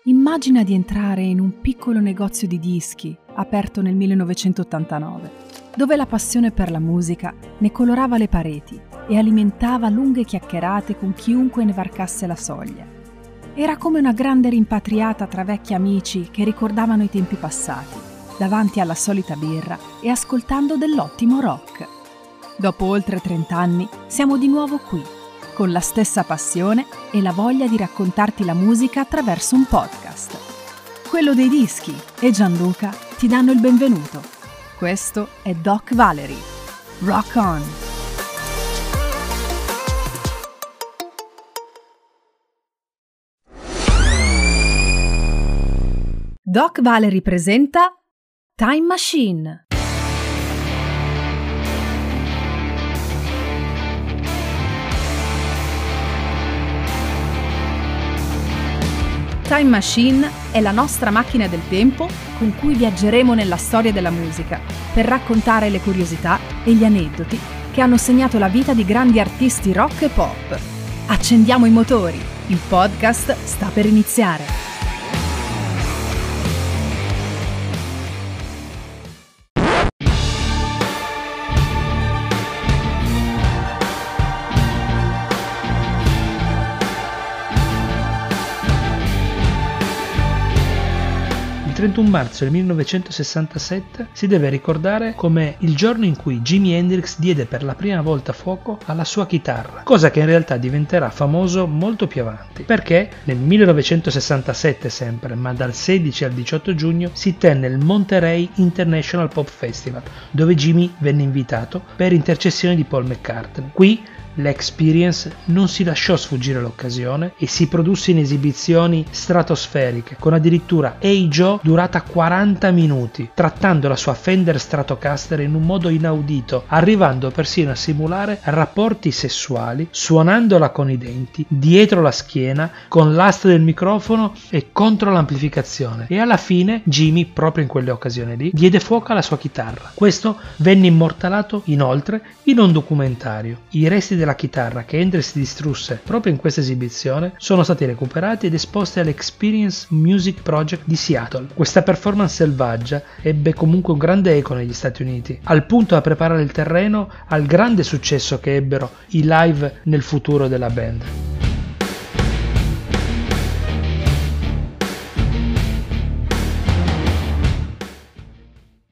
Immagina di entrare in un piccolo negozio di dischi aperto nel 1989, dove la passione per la musica ne colorava le pareti e alimentava lunghe chiacchierate con chiunque ne varcasse la soglia. Era come una grande rimpatriata tra vecchi amici che ricordavano i tempi passati, davanti alla solita birra e ascoltando dell'ottimo rock. Dopo oltre 30 anni siamo di nuovo qui, con la stessa passione e la voglia di raccontarti la musica attraverso un podcast. Quello dei dischi e Gianluca ti danno il benvenuto. Questo è Doc Valery. Rock on! Doc Valery presenta Time Machine. Time Machine è la nostra macchina del tempo con cui viaggeremo nella storia della musica per raccontare le curiosità e gli aneddoti che hanno segnato la vita di grandi artisti rock e pop. Accendiamo i motori, il podcast sta per iniziare. Il 31 marzo del 1967 si deve ricordare come il giorno in cui Jimi Hendrix diede per la prima volta fuoco alla sua chitarra, cosa che in realtà diventerà famoso molto più avanti, perché nel 1967 sempre, ma dal 16 al 18 giugno, si tenne il Monterey International Pop Festival, dove Jimi venne invitato per intercessione di Paul McCartney. Qui l'Experience non si lasciò sfuggire l'occasione e si produsse in esibizioni stratosferiche, con addirittura Hey Joe durata 40 minuti, trattando la sua Fender Stratocaster in un modo inaudito, arrivando persino a simulare rapporti sessuali, suonandola con i denti, dietro la schiena, con l'asta del microfono e contro l'amplificazione. E alla fine Jimi, proprio in quelle occasioni lì, diede fuoco alla sua chitarra. Questo venne immortalato inoltre in un documentario. I resti della chitarra che Hendrix distrusse proprio in questa esibizione sono stati recuperati ed esposti all'Experience Music Project di Seattle. Questa performance selvaggia ebbe comunque un grande eco negli Stati Uniti, al punto da preparare il terreno al grande successo che ebbero i live nel futuro della band.